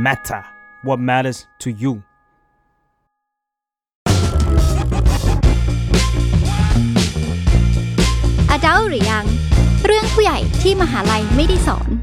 matter what matters to you Adult หรือยังเรื่องผู้ใหญ่ที่มหาลัยไม่ได้สอน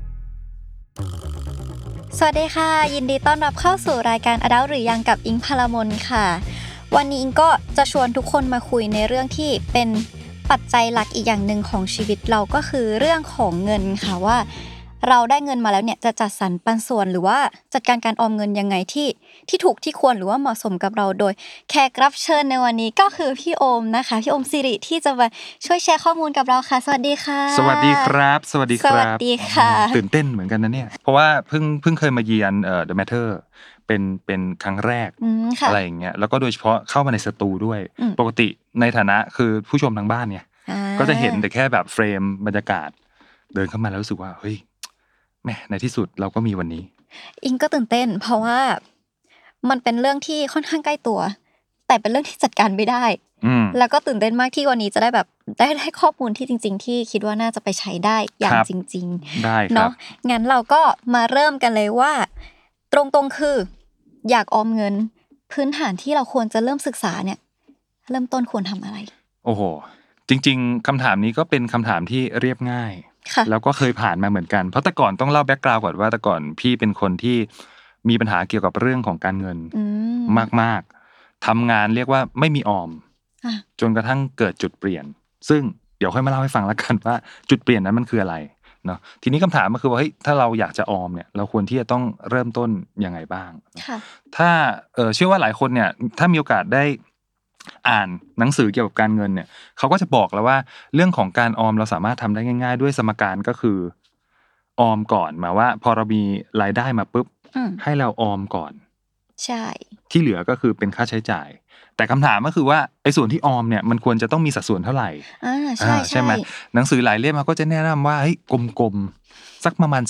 สวัสดีค่ะยินดีต้อนรับเข้าสู่รายการ Adult หรือยังกับอิงพลมนค่ะวันนี้อิงก็จะชวนทุกคนมาคุยในเรื่องที่เป็นปัจจัยหลักอีกอย่างนึงของชีวิตเราก็คือเรื่องของเงินค่ะว่าเราได้เงินมาแล้วเนี่ยจะจัดสรรปันส่วนหรือว่าจัดการออมเงินยังไงที่ถูกที่ควรหรือว่าเหมาะสมกับเราโดยแขกรับเชิญในวันนี้ก็คือพี่โอมนะคะพี่โอมสิริที่จะมาช่วยแชร์ข้อมูลกับเราค่ะสวัสดีค่ะสวัสดีครับสวัสดีครับสวัสดีค่ะตื่นเต้นเหมือนกันนะเนี่ยเพราะว่าเพิ่งเคยมาเยือนThe Matter เป็นครั้งแรกอะไรอย่างเงี้ยแล้วก็โดยเฉพาะเข้ามาในสตูด้วยปกติในฐานะคือผู้ชมทางบ้านเนี่ยก็จะเห็นแต่แค่แบบเฟรมบรรยากาศเดินเข้ามาแล้วรู้สึกว่าเฮ้ยแม่ในที่สุดเราก็มีวันนี้อิงก็ตื่นเต้นเพราะว่ามันเป็นเรื่องที่ค่อนข้างใกล้ตัวแต่เป็นเรื่องที่จัดการไม่ได้แล้วก็ตื่นเต้นมากที่วันนี้จะได้แบบได้ข้อมูลที่จริงๆที่คิดว่าน่าจะไปใช้ได้อย่างจริงๆได้เนาะงั้นเราก็มาเริ่มกันเลยว่าตรงๆคืออยากออมเงินพื้นฐานที่เราควรจะเริ่มศึกษาเนี่ยเริ่มต้นควรทำอะไรโอ้โหจริงๆคำถามนี้ก็เป็นคำถามที่เรียบง่ายแล้วก็เคยผ่านมาเหมือนกันเพราะแต่ก่อนต้องเล่าแบ็คกราวด์ก่อนว่าแต่ก่อนพี่เป็นคนที่มีปัญหาเกี่ยวกับเรื่องของการเงินมากๆทำงานเรียกว่าไม่มีออมจนกระทั่งเกิดจุดเปลี่ยนซึ่งเดี๋ยวค่อยมาเล่าให้ฟังแล้วกันว่าจุดเปลี่ยนนั้นมันคืออะไรเนาะทีนี้คำถามก็คือว่าเฮ้ยถ้าเราอยากจะออมเนี่ยเราควรที่จะต้องเริ่มต้นยังไงบ้างถ้าเชื่อว่าหลายคนเนี่ยถ้ามีโอกาสได้อ่านหนังสือเกี่ยวกับการเงินเนี่ยเขาก็จะบอกแล้วว่าเรื่องของการออมเราสามารถทำได้ง่ายๆด้วยสมการก็คือออมก่อนหมายว่าพอเรามีรายได้มาปุ๊บให้เราออมก่อนใช่ที่เหลือก็คือเป็นค่าใช้จ่ายแต่คำถามก็คือว่าไอ้ส่วนที่ออมเนี่ยมันควรจะต้องมีสัดส่วนเท่าไหร่ใช่ไหมหนังสือหลายเล่มเขาก็จะแนะนำว่าเฮ้ยกลมๆสักประมาณ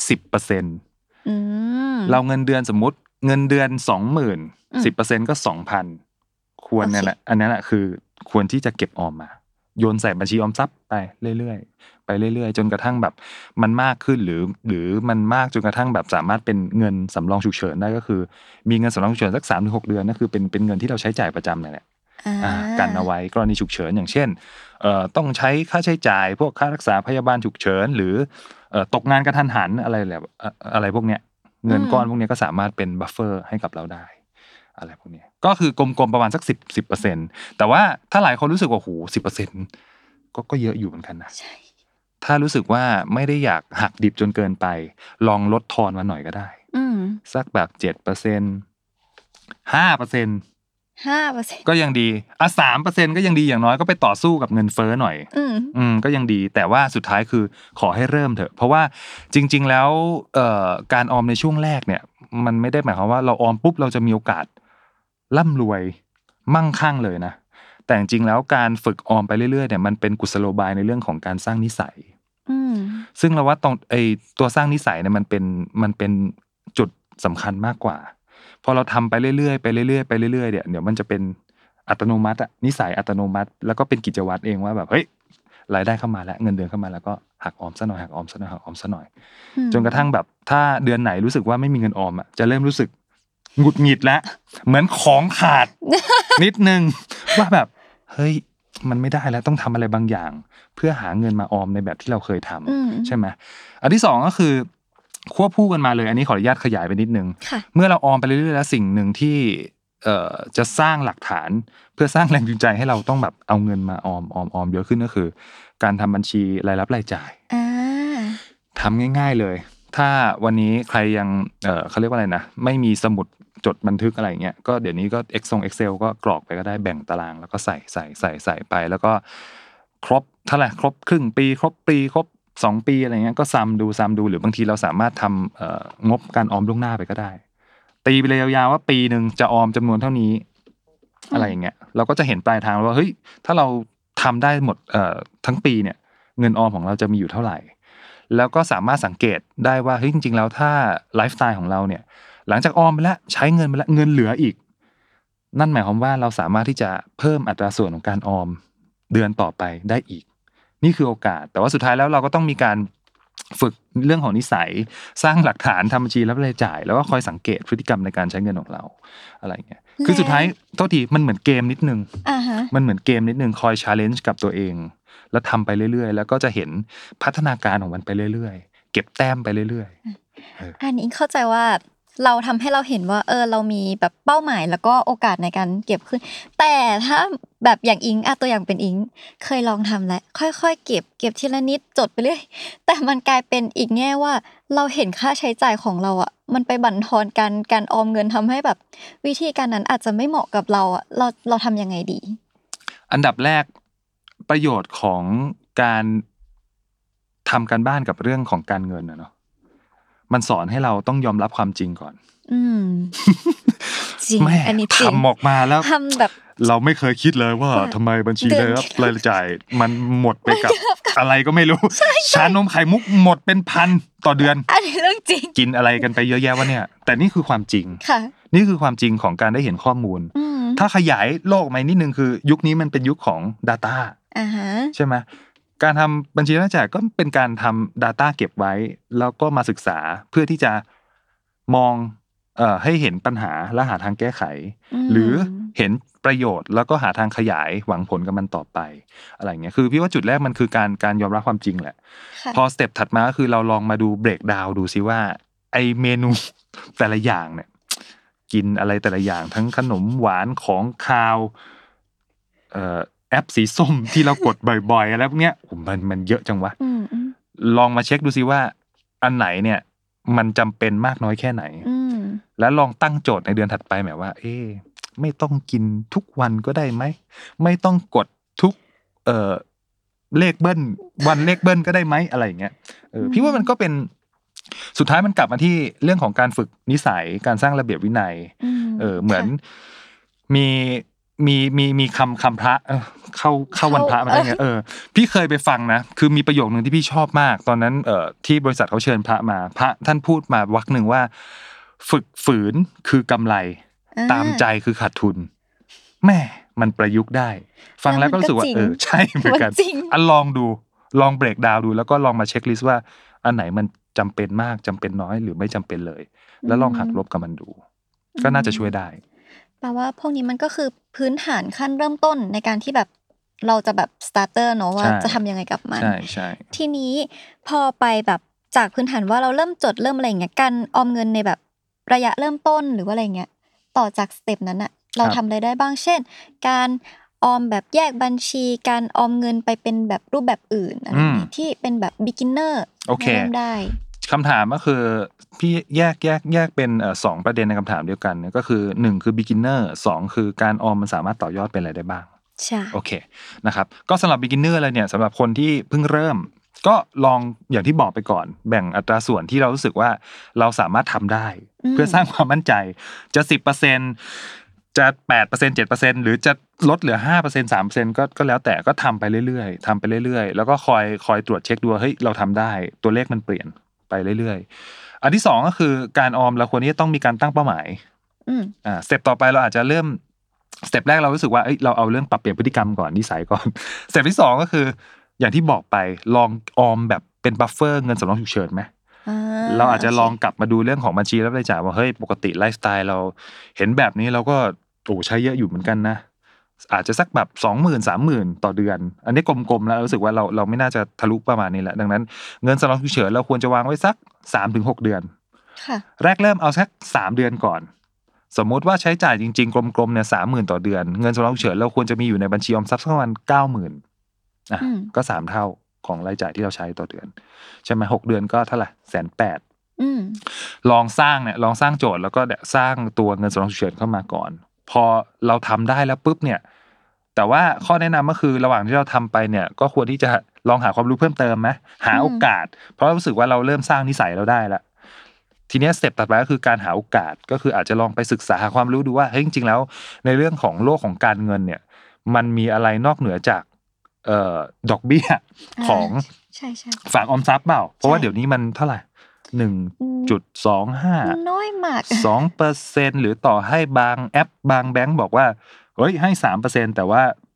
10% เราเงินเดือนสมมุติเงินเดือน 20,000 10% ก็ 2,000 ควรนั่นแหละอันนั้นแหละคือควรที่จะเก็บออมมาโยนใส่บัญชีออมทรัพย์ไปเรื่อยๆไปเรื่อยๆจนกระทั่งแบบมันมากขึ้นหรือมันมากจนกระทั่งแบบสามารถเป็นเงินสำรองฉุกเฉินได้ก็คือมีเงินสำรองฉุกเฉินสัก 3-6 เดือนนั่นคือเป็นเงินที่เราใช้จ่ายประจำนั่นแหละกันเอาไว้กรณีฉุกเฉินอย่างเช่นต้องใช้ค่าใช้จ่ายพวกค่ารักษาพยาบาลฉุกเฉินหรือตกงานกระทันหันอะไรพวกเนี้ยเงินก้อนพวกนี้ก็สามารถเป็นบัฟเฟอร์ให้กับเราได้อะไรพวกนี้ก็คือกลมๆประมาณสัก10%แต่ว่าถ้าหลายคนรู้สึกว่าโห 10% ก็เยอะอยู่เหมือนกันนะถ้ารู้สึกว่าไม่ได้อยากหักดิบจนเกินไปลองลดทอนมาหน่อยก็ได้สักแบบ 7% 5% ก็ยังดี3% ก็ยังดีอย่างน้อยก็ไปต่อสู้กับเงินเฟ้อหน่อยก็ยังดีแต่ว่าสุดท้ายคือขอให้เริ่มเถอะเพราะว่าจริงๆแล้วการออมในช่วงแรกเนี่ยมันไม่ได้หมายความว่าเราออมปุ๊บเราจะมีโอกาสร่ำรวยมั่งคั่งเลยนะแต่จริงๆแล้วการฝึกออมไปเรื่อยๆเนี่ยมันเป็นกุศโลบายในเรื่องของการสร้างนิสัยซึ่งเราว่าตัวสร้างนิสัยเนี่ยมันเป็นจุดสำคัญมากกว่าพอเราทำไปเรื่อยๆไปเรื่อยๆไปเรื่อยๆเนี่ยเดี๋ยวมันจะเป็นอัตโนมัติอะนิสัยอัตโนมัติแล้วก็เป็นกิจวัตรเองว่าแบบเฮ้ยรายได้เข้ามาแล้วเงินเดือนเข้ามาแล้วก็หักออมซะหน่อยหักออมซะหน่อยหักออมซะหน่อยจนกระทั่งแบบถ้าเดือนไหนรู้สึกว่าไม่มีเงินออมอะจะเริ่มรู้สึกหงุดหงิดแล้วเหมือนของขาด นิดนึงว่าแบบเฮ้ยมันไม่ได้แล้วต้องทำอะไรบางอย่างเพื่อหาเงินมาออมในแบบที่เราเคยทำใช่ไหมอันที่สองก็คือควบคู่กันมาเลยอันนี้ขออนุญาตขยายไปนิดนึงเมื่อเราออมไปเรื่อยๆแล้วสิ่งหนึ่งที่จะสร้างหลักฐานเพื่อสร้างแรงจูงใจให้เราต้องแบบเอาเงินมาออมเยอะขึ้นก็คือการทำบัญชีรายรับรายจ่ายทำง่ายๆเลยถ้าวันนี้ใครยังเขาเรียกว่าอะไรนะไม่มีสมุดจดบันทึกอะไรอย่างเงี้ยก็เดี๋ยวนี้ก็ Excel ก็กรอกไปก็ได้แบ่งตารางแล้วก็ใส่ไปแล้วก็ครบเท่าไหร่ครบครึ่งปีครบปีครบ2 ปีอะไรเงี้ยก็ซ้ำดูหรือบางทีเราสามารถทำงบการออมล่วงหน้าไปก็ได้ตีไปเลยยาวๆว่าปีนึงจะออมจำนวนเท่านี้อะไรอย่างเงี้ยเราก็จะเห็นปลายทางว่าเฮ้ยถ้าเราทำได้หมดทั้งปีเนี่ยเงินออมของเราจะมีอยู่เท่าไหร่แล้วก็สามารถสังเกตได้ว่าเฮ้ยจริงๆแล้วถ้าไลฟ์สไตล์ของเราเนี่ยหลังจากออมไปแล้วใช้เงินไปแล้วเงินเหลืออีกนั่นหมายความว่าเราสามารถที่จะเพิ่มอัตราส่วนของการออมเดือนต่อไปได้อีกนี่คือโอกาสแต่ว่าสุดท้ายแล้วเราก็ต้องมีการฝึกเรื่องของนิสัยสร้างหลักฐานทำบัญชีรับรายจ่ายแล้วก็คอยสังเกตพฤติกรรมในการใช้เงินของเราอะไรเงี้ยคือสุดท้ายโทษทีมันเหมือนเกมนิดนึงมันเหมือนเกมนิดนึงคอย challenge กับตัวเองแล้วทำไปเรื่อยๆแล้วก็จะเห็นพัฒนาการของมันไปเรื่อยๆเก็บแต้มไปเรื่อยๆอันนี้เข้าใจว่าเราทำให้เราเห็นว่าเรามีแบบเป้าหมายแล้วก็โอกาสในการเก็บขึ้นแต่ถ้าแบบอย่างอิงตัวอย่างเป็นอิงเคยลองทำแล้วค่อยๆเก็บทีละนิดจดไปเรื่อยแต่มันกลายเป็นอีกแง่ว่าเราเห็นค่าใช้จ่ายของเราอ่ะมันไปบั่นทอนการออมเงินทำให้แบบวิธีการนั้นอาจจะไม่เหมาะกับเราอ่ะเราทำยังไงดีอันดับแรกประโยชน์ของการทำการบ้านกับเรื่องของการเงินเนาะมันสอนให้เราต้องยอมรับความจริงก่อนจริงอันนี้ทำออกมาแล้วทำแบบเราไม่เคยคิดเลยว่าทำไมบัญชีรายจ่ายมันหมดไปกับอะไรก็ไม่รู้ชานมไข่มุกหมดเป็นพันต่อเดือนอันนี้เรื่องจริงกินอะไรกันไปเยอะแยะวะเนี่ยแต่นี่คือความจริงนี่คือความจริงของการได้เห็นข้อมูลถ้าขยายโลกมานิดนึงคือยุคนี้มันเป็นยุคของ data ใช่ไหมการทำบัญชีรายจ่ายก็เป็นการทำ data เก็บไว้แล้วก็มาศึกษาเพื่อที่จะมองให้เห็นปัญหาและหาทางแก้ไขหรือเห็นประโยชน์แล้วก็หาทางขยายหวังผลกับมันต่อไปอะไรเงี้ยคือพี่ว่าจุดแรกมันคือการยอมรับความจริงแหละพอสเต็ปถัดมาก็คือเราลองมาดูเบรกดาวน์ดูซิว่าไอเมนูแต่ละอย่างเนี่ยกินอะไรแต่ละอย่างทั้งขนมหวานของคาวแอปสีส้มที่เรากดบ่อยๆอะไรพวกเนี้ยมันเยอะจังวะลองมาเช็คดูซิว่าอันไหนเนี่ยมันจำเป็นมากน้อยแค่ไหนแล้วลองตั้งโจทย์ในเดือนถัดไปแบบว่าไม่ต้องกินทุกวันก็ได้ไหมไม่ต้องกดทุกเลขเบิ้ลวันเลขเบิ้ลก็ได้ไหมอะไรอย่างเงี้ยพี่ว่ามันก็เป็นสุดท้ายมันกลับมาที่เรื่องของการฝึกนิสัยการสร้างระเบียบวินัยเหมือนมีคำพระเข้าวันพระมาได้ไงพี่เคยไปฟังนะคือมีประโยคนึงที่พี่ชอบมากตอนนั้นที่บริษัทเขาเชิญพระมาพระท่านพูดมาวรรคนึงว่าฝึกฝืนคือกำไรตามใจคือขาดทุนแม่มันประยุกต์ได้ฟังแล้วก็รู้สึกว่าใช่เหมือนกันลองดูลองเบรกดาวน์ดูแล้วก็ลองมาเช็คลิสต์ว่าอันไหนมันจำเป็นมากจำเป็นน้อยหรือไม่จำเป็นเลยแล้วลองหักลบกับมันดูก็น่าจะช่วยได้แปลว่าพวกนี้มันก็คือพื้นฐานขั้นเริ่มต้นในการที่แบบเราจะแบบสตาร์เตอร์เนาะว่าจะทำยังไงกับมันใช่ทีนี้พอไปแบบจากพื้นฐานว่าเราเริ่มจดเริ่มอะไรอย่างเงี้ยการออมเงินในแบบระยะเริ่มต้นหรือว่าอะไรเงี้ยต่อจากสเต็ปนั้นอะเราทำอะไรได้บ้างเช่นการออมแบบแยกบัญชีการออมเงินไปเป็นแบบรูปแบบอื่นอะไรที่เป็นแบบ beginner เริ่มได้คำถามก็คือพี่แยกเป็น2ประเด็นในคำถามเดียวกันก็คือ1คือ beginner 2คือการออมมันสามารถต่อยอดเป็นอะไรได้บ้างใช่โอเคนะครับก็สำหรับ beginner อะไรเนี่ยสำหรับคนที่เพิ่งเริ่มก็ลองอย่างที่บอกไปก่อนแบ่งอัตราส่วนที่เรารู้สึกว่าเราสามารถทำได้เพื่อสร้างความมั่นใจจะ 10% จะ 8% 7% หรือจะลดเหลือ 5% 3% ก็แล้วแต่ก็ทำไปเรื่อยๆทำไปเรื่อยๆแล้วก็คอยตรวจเช็คดูเฮ้ยเราทำได้ตัวเลขมันเปลี่ยนไปเรื่อยๆอันที่2ก็คือการออมเราควรที่จะต้องมีการตั้งเป้าหมายสเต็ปต่อไปเราอาจจะเริ่มสเต็ปแรกเรารู้สึกว่าเราเอาเรื่องปรับเปลี่ยนพฤติกรรมก่อนนิสัยก่อนสเต็ปที่2ก็คืออย่างที่บอกไปลองออมแบบเป็นบัฟเฟอร์เงินสำรองฉุกเฉินไหมเราอาจจะลองกลับมาดูเรื่องของบัญชีรับรายจ่ายว่าเฮ้ยปกติไลฟ์สไตล์เราเห็นแบบนี้เราก็ใช้เยอะอยู่เหมือนกันนะอาจจะสักแบบ 20,000 30,000 ต่อเดือนอันนี้กลมๆแล้วรู้สึกว่าเราไม่น่าจะทะลุประมาณนี้แหละดังนั้นเงินสำรองฉุกเฉินเราควรจะวางไว้สัก 3-6 เดือนแรกเริ่มเอาสัก3 เดือนก่อนสมมุติว่าใช้จ่ายจริงๆกลมๆเนี่ย 30,000 ต่อเดือนเงินสำรองฉุกเฉินเราควรจะมีอยู่ในบัญชีออมทรัพย์สักประมาณ 90,000ก็3เท่าของรายจ่ายที่เราใช้ต่อเดือนใช่ไหม6 เดือนก็เท่าไหร่ 180,000ลองสร้างโจทย์แล้วก็สร้างตัวเงินสำรองฉุกเฉินเข้ามาก่อนพอเราทำได้แล้วปุ๊บเนี่ยแต่ว่าข้อแนะนำก็คือระหว่างที่เราทำไปเนี่ยก็ควรที่จะลองหาความรู้เพิ่มเติมไหมหาโอกาสเพราะรู้สึกว่าเราเริ่มสร้างนิสัยเราได้ละทีนี้สเต็ปต่อไปก็คือการหาโอกาสก็คืออาจจะลองไปศึกษาหาความรู้ดูว่าเฮ้ยจริงๆแล้วในเรื่องของโลกของการเงินเนี่ยมันมีอะไรนอกเหนือจากดอกเบี้ยของฝากออมทรัพย์เปล่าเพราะว่าเดี๋ยวนี้มันเท่าไหร่ 1.25 น้อยมาก 2% หรือต่อให้บางแอปบางแบงก์บอกว่าเฮ้ยให้ 3% แต่ว่า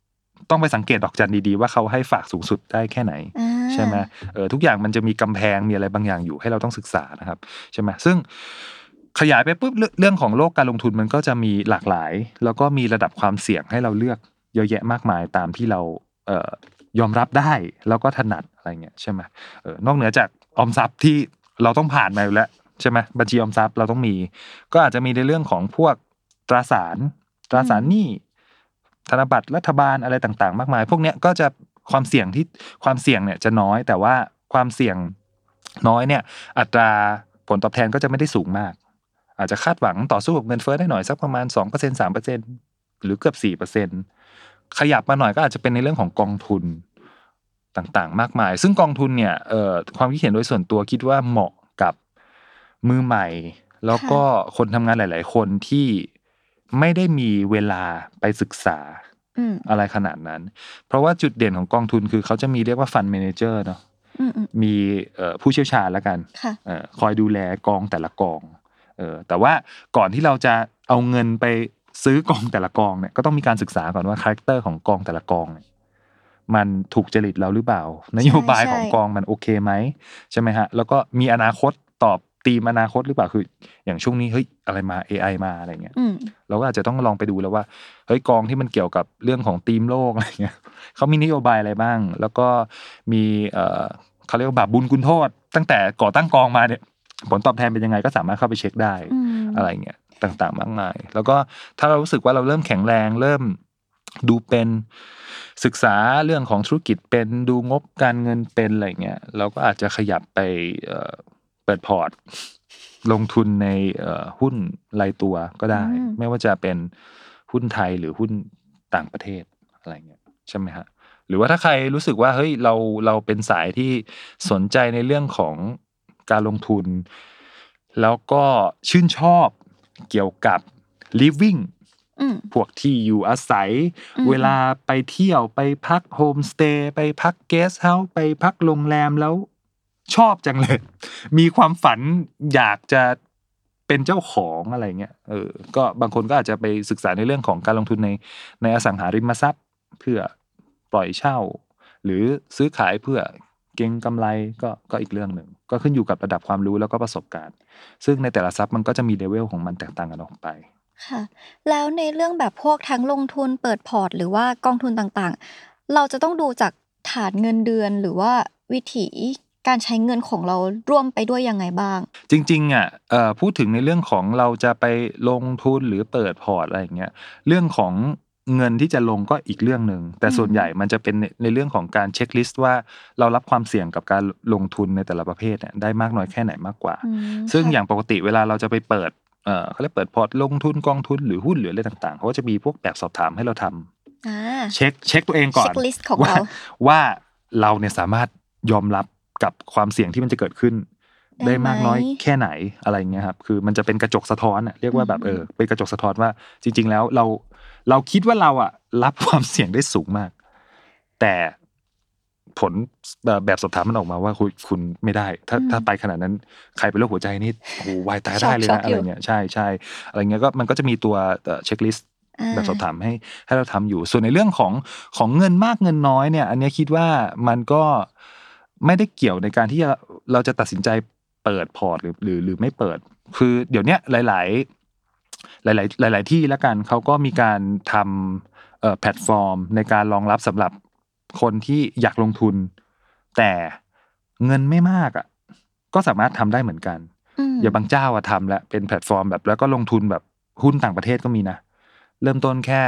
ต้องไปสังเกตดอกจันดีๆว่าเขาให้ฝากสูงสุดได้แค่ไหนใช่ไหมทุกอย่างมันจะมีกำแพงมีอะไรบางอย่างอยู่ให้เราต้องศึกษานะครับใช่ไหมซึ่งขยายไปปุ๊บเรื่องของโลกการลงทุนมันก็จะมีหลากหลายแล้วก็มีระดับความเสี่ยงให้เราเลือกเยอะแยะมากมายตามที่เรายอมรับได้แล้วก็ถนัดอะไรเงี้ยใช่ไหมนอกเหนือจากออมทรัพย์ที่เราต้องผ่านมาอยู่แล้วใช่ไหมบัญชีออมทรัพย์เราต้องมีก็อาจจะมีในเรื่องของพวกตราสารหนี้ธนบัตรรัฐบาลอะไรต่างๆมากมายพวกเนี้ยก็จะความเสี่ยงเนี่ยจะน้อยแต่ว่าความเสี่ยงน้อยเนี่ยอัตราผลตอบแทนก็จะไม่ได้สูงมากอาจจะคาดหวังต่อสู้กับเงินเฟ้อได้หน่อยสักประมาณ 2% 3% หรือเกือบ 4% ขยับมาหน่อยก็อาจจะเป็นในเรื่องของกองทุนต่างๆมากมายซึ่งกองทุนเนี่ยความคิดเห็นโดยส่วนตัวคิดว่าเหมาะกับมือใหม่แล้วก็คนทำงานหลายๆคนที่ไม่ได้มีเวลาไปศึกษาอะไรขนาดนั้นเพราะว่าจุดเด่นของกองทุนคือเขาจะมีเรียกว่าฟันด์แมเนเจอร์เนาะมีผู้เชี่ยวชาญแล้วกันคอยดูแลกองแต่ละกองแต่ว่าก่อนที่เราจะเอาเงินไปซื้อกองแต่ละกองเนี่ยก็ต้องมีการศึกษาก่อนว่าคาแรคเตอร์ของกองแต่ละกองเนี่ยมันถูกจริตเราหรือเปล่านโยบายของกองมันโอเคไหมใช่ไหมฮะแล้วก็มีอนาคตตอบธีมอนาคตหรือเปล่าคืออย่างช่วงนี้เฮ้ยอะไรมา AI มาอะไรเงี้ยเราก็อาจจะต้องลองไปดูแล้วว่าเฮ้ยกองที่มันเกี่ยวกับเรื่องของธีมโลกอะไรเงี้ยเขามีนโยบายอะไรบ้างแล้วก็มีเขาเรียกว่าบาปบุญคุณโทษตั้งแต่ก่อตั้งกองมาเนี่ยผลตอบแทนเป็นยังไงก็สามารถเข้าไปเช็คได้อะไรเงี้ยต่างๆมากมายแล้วก็ถ้าเรารู้สึกว่าเราเริ่มแข็งแรงเริ่มดูเป็นศึกษาเรื่องของธุรกิจเป็นดูงบการเงินเป็นอะไรเงี้ยเราก็อาจจะขยับไปเปิดพอร์ตลงทุนในหุ้นรายตัวก็ได้ไม่ว่าจะเป็นหุ้นไทยหรือหุ้นต่างประเทศอะไรเงี้ยใช่ไหมฮะหรือว่าถ้าใครรู้สึกว่าเฮ้ยเราเป็นสายที่สนใจในเรื่องของการลงทุนแล้วก็ชื่นชอบเกี่ยวกับ living พวกที่อยู่อาศัยเวลาไปเที่ยวไปพักโฮมสเตย์ไปพักเกสต์เฮาส์ไปพักโรงแรมแล้วชอบจังเลยมีความฝันอยากจะเป็นเจ้าของอะไรเงี้ยก็บางคนก็อาจจะไปศึกษาในเรื่องของการลงทุนในอสังหาริมทรัพย์เพื่อปล่อยเช่าหรือซื้อขายเพื่อเก็งกำไรก็อีกเรื่องหนึ่งก็ขึ้นอยู่กับระดับความรู้แล้วก็ประสบการณ์ซึ่งในแต่ละทรัพย์มันก็จะมีเลเวลของมันแตกต่างกันออกไปค่ะแล้วในเรื่องแบบพวกทั้งลงทุนเปิดพอร์ตหรือว่ากองทุนต่างๆเราจะต้องดูจากฐานเงินเดือนหรือว่าวิถีการใช้เงินของเราร่วมไปด้วยยังไงบ้างจริงๆอ่ะพูดถึงในเรื่องของเราจะไปลงทุนหรือเปิดพอร์ตอะไรอย่างเงี้ยเรื่องของเงินที่จะลงก็อีกเรื่องนึงแต่ส่วนใหญ่มันจะเป็นในเรื่องของการเช็คลิสต์ว่าเรารับความเสี่ยงกับการลงทุนในแต่ละประเภทเนี่ยได้มากน้อยแค่ไหนมากกว่าซึ่งอย่างปกติเวลาเราจะไปเปิดเขาเรียกเปิดพอร์ตลงทุนกองทุนหรือหุ้นหรืออะไรต่างๆเขาก็จะมีพวกแบบสอบถามให้เราทำเช็คตัวเองก่อนว่าเราเนี่ยสามารถยอมรับกับความเสี่ยงที่มันจะเกิดขึ้นได้มากน้อยแค่ไหนอะไรเงี้ยครับคือมันจะเป็นกระจกสะท้อนเรียกว่าแบบเป็นกระจกสะท้อนว่าจริงๆแล้วเราคิดว่าเรารับความเสี่ยงได้สูงมากแต่ผลแบบสอบถามมันออกมาว่าคุณไม่ได้ถ้าไปขนาดนั้นใครเป็นโรคหัวใจนี่โอ้วายตายได้เลยนะอะไรเงี้ยใช่ๆอะไรเงี้ยก็มันก็จะมีตัวเช็คลิสต์แบบสอบถามให้เราทำอยู่ส่วนในเรื่องของเงินมากเงินน้อยเนี่ยอันนี้คิดว่ามันก็ไม่ได้เกี่ยวในการที่เราจะตัดสินใจเปิดพอร์ตหรือไม่เปิดคือเดี๋ยวนี้หลายที่แล้วกันเขาก็มีการทำแพลตฟอร์มในการรองรับสำหรับคนที่อยากลงทุนแต่เงินไม่มากก็สามารถทำได้เหมือนกันอย่างบางเจ้าทำแล้วเป็นแพลตฟอร์มแบบแล้วก็ลงทุนแบบหุ้นต่างประเทศก็มีนะเริ่มต้นแค่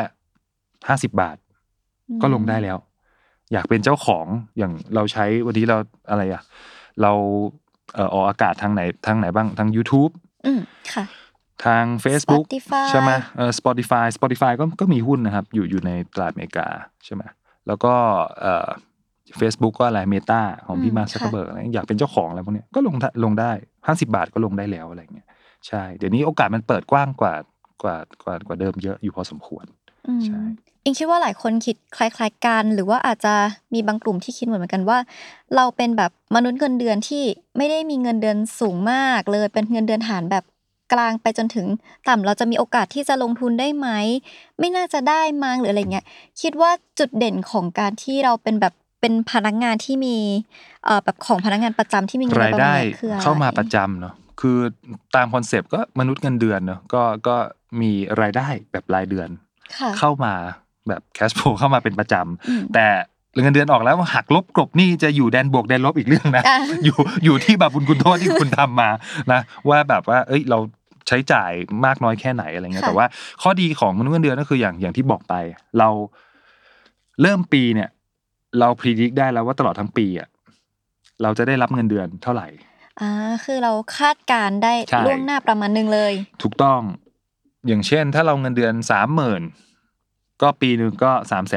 50 บาทก็ลงได้แล้วอยากเป็นเจ้าของอย่างเราใช้วันนี้เราอะไรเราออกอากาศทางไหนบ้างทาง YouTube ค่ะทาง Facebook Spotify ใช่ไหมSpotify ก็มีหุ้นนะครับอยู่ในตลาดอเมริกาใช่ไหมแล้วก็Facebook ก็อะไร Meta ของพี่มาร์ค ซักเคอร์เบิร์กอะไรอยากเป็นเจ้าของอะไรพวกนี้ก็ลงได้50 บาทก็ลงได้แล้วอะไรเงี้ยใช่เดี๋ยวนี้โอกาสมันเปิดกว้างกว่าเดิมเยอะอยู่พอสมควรใช่อิงคิดว่าหลายคนคิดคล้ายๆกันหรือว่าอาจจะมีบางกลุ่มที่คิดเหมือนกันว่าเราเป็นแบบมนุษย์เงินเดือนที่ไม่ได้มีเงินเดือนสูงมากเลยเป็นเงินเดือนฐานแบบกลางไปจนถึงต่ำเราจะมีโอกาสที่จะลงทุนได้ไหมไม่น่าจะได้มั้งหรืออะไรเงี้ยคิดว่าจุดเด่นของการที่เราเป็นพนักงานที่มีแบบของพนักงานประจำที่มีเงินประมาณนี้คืออะไรเข้ามาประจำเนาะคือตามคอนเซปต์ก็มนุษย์เงินเดือนเนาะก็มีรายได้แบบรายเดือนเข้ามาแบบแคชโฟลว์เข้ามาเป็นประจำแต่เงินเดือนออกแล้วหักลบกลบนี่จะอยู่แดนบวกแดนลบอีกเรื่องนะอยู่ที่บาปบุญคุณโทษที่คุณทำมานะว่าแบบว่าเอ้ยเราใช้จ่ายมากน้อยแค่ไหนอะไรเงี้ยแต่ว่าข้อดีของมนุษย์เงินเดือนก็คืออย่างที่บอกไปเราเริ่มปีเนี่ยเราพรีดิกได้แล้วว่าตลอดทั้งปีอ่ะเราจะได้รับเงินเดือนเท่าไหร่คือเราคาดการได้ล่วงหน้าประมาณนึงเลยถูกต้องอย่างเช่นถ้าเราเงินเดือน 30,000 ก็ปีนึงก็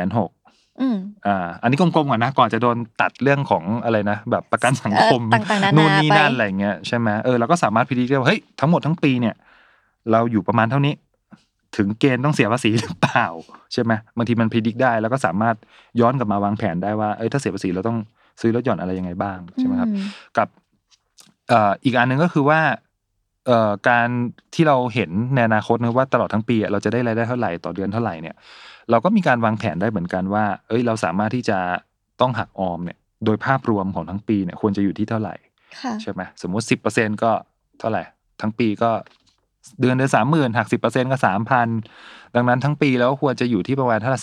360,000อันนี้กลมๆก่อนนะก่อนจะโดนตัดเรื่องของอะไรนะแบบประกันสังคมนู่นนี่นั่นอะไรเงี้ยใช่ไหมเราก็สามารถพิจิตรได้ว่าเฮ้ยทั้งหมดทั้งปีเนี่ยเราอยู่ประมาณเท่านี้ถึงเกณฑ์ต้องเสียภาษีหรือเปล่าใช่ไหมบางทีมันพิจิตรได้แล้วก็สามารถย้อนกลับมาวางแผนได้ว่าถ้าเสียภาษีเราต้องซื้อรถหย่อนอะไรยังไงบ้างใช่ไหมครับกับอีกอันนึงก็คือว่าการที่เราเห็นในอนาคตนะว่าตลอดทั้งปีเราจะได้รายได้เท่าไหร่ต่อเดือนเท่าไหร่เนี่ยเราก็มีการวางแผนได้เหมือนกันว่าเราสามารถที่จะต้องหักออมเนี่ยโดยภาพรวมของทั้งปีเนี่ยควรจะอยู่ที่เท่าไหร่ใช่ไหมสมมติ 10% ก็เท่าไหร่ทั้งปีก็เดือน30,000หัก 10% ก็ 3,000 ดังนั้นทั้งปีแล้วควรจะอยู่ที่ประมาณเท่าไหร่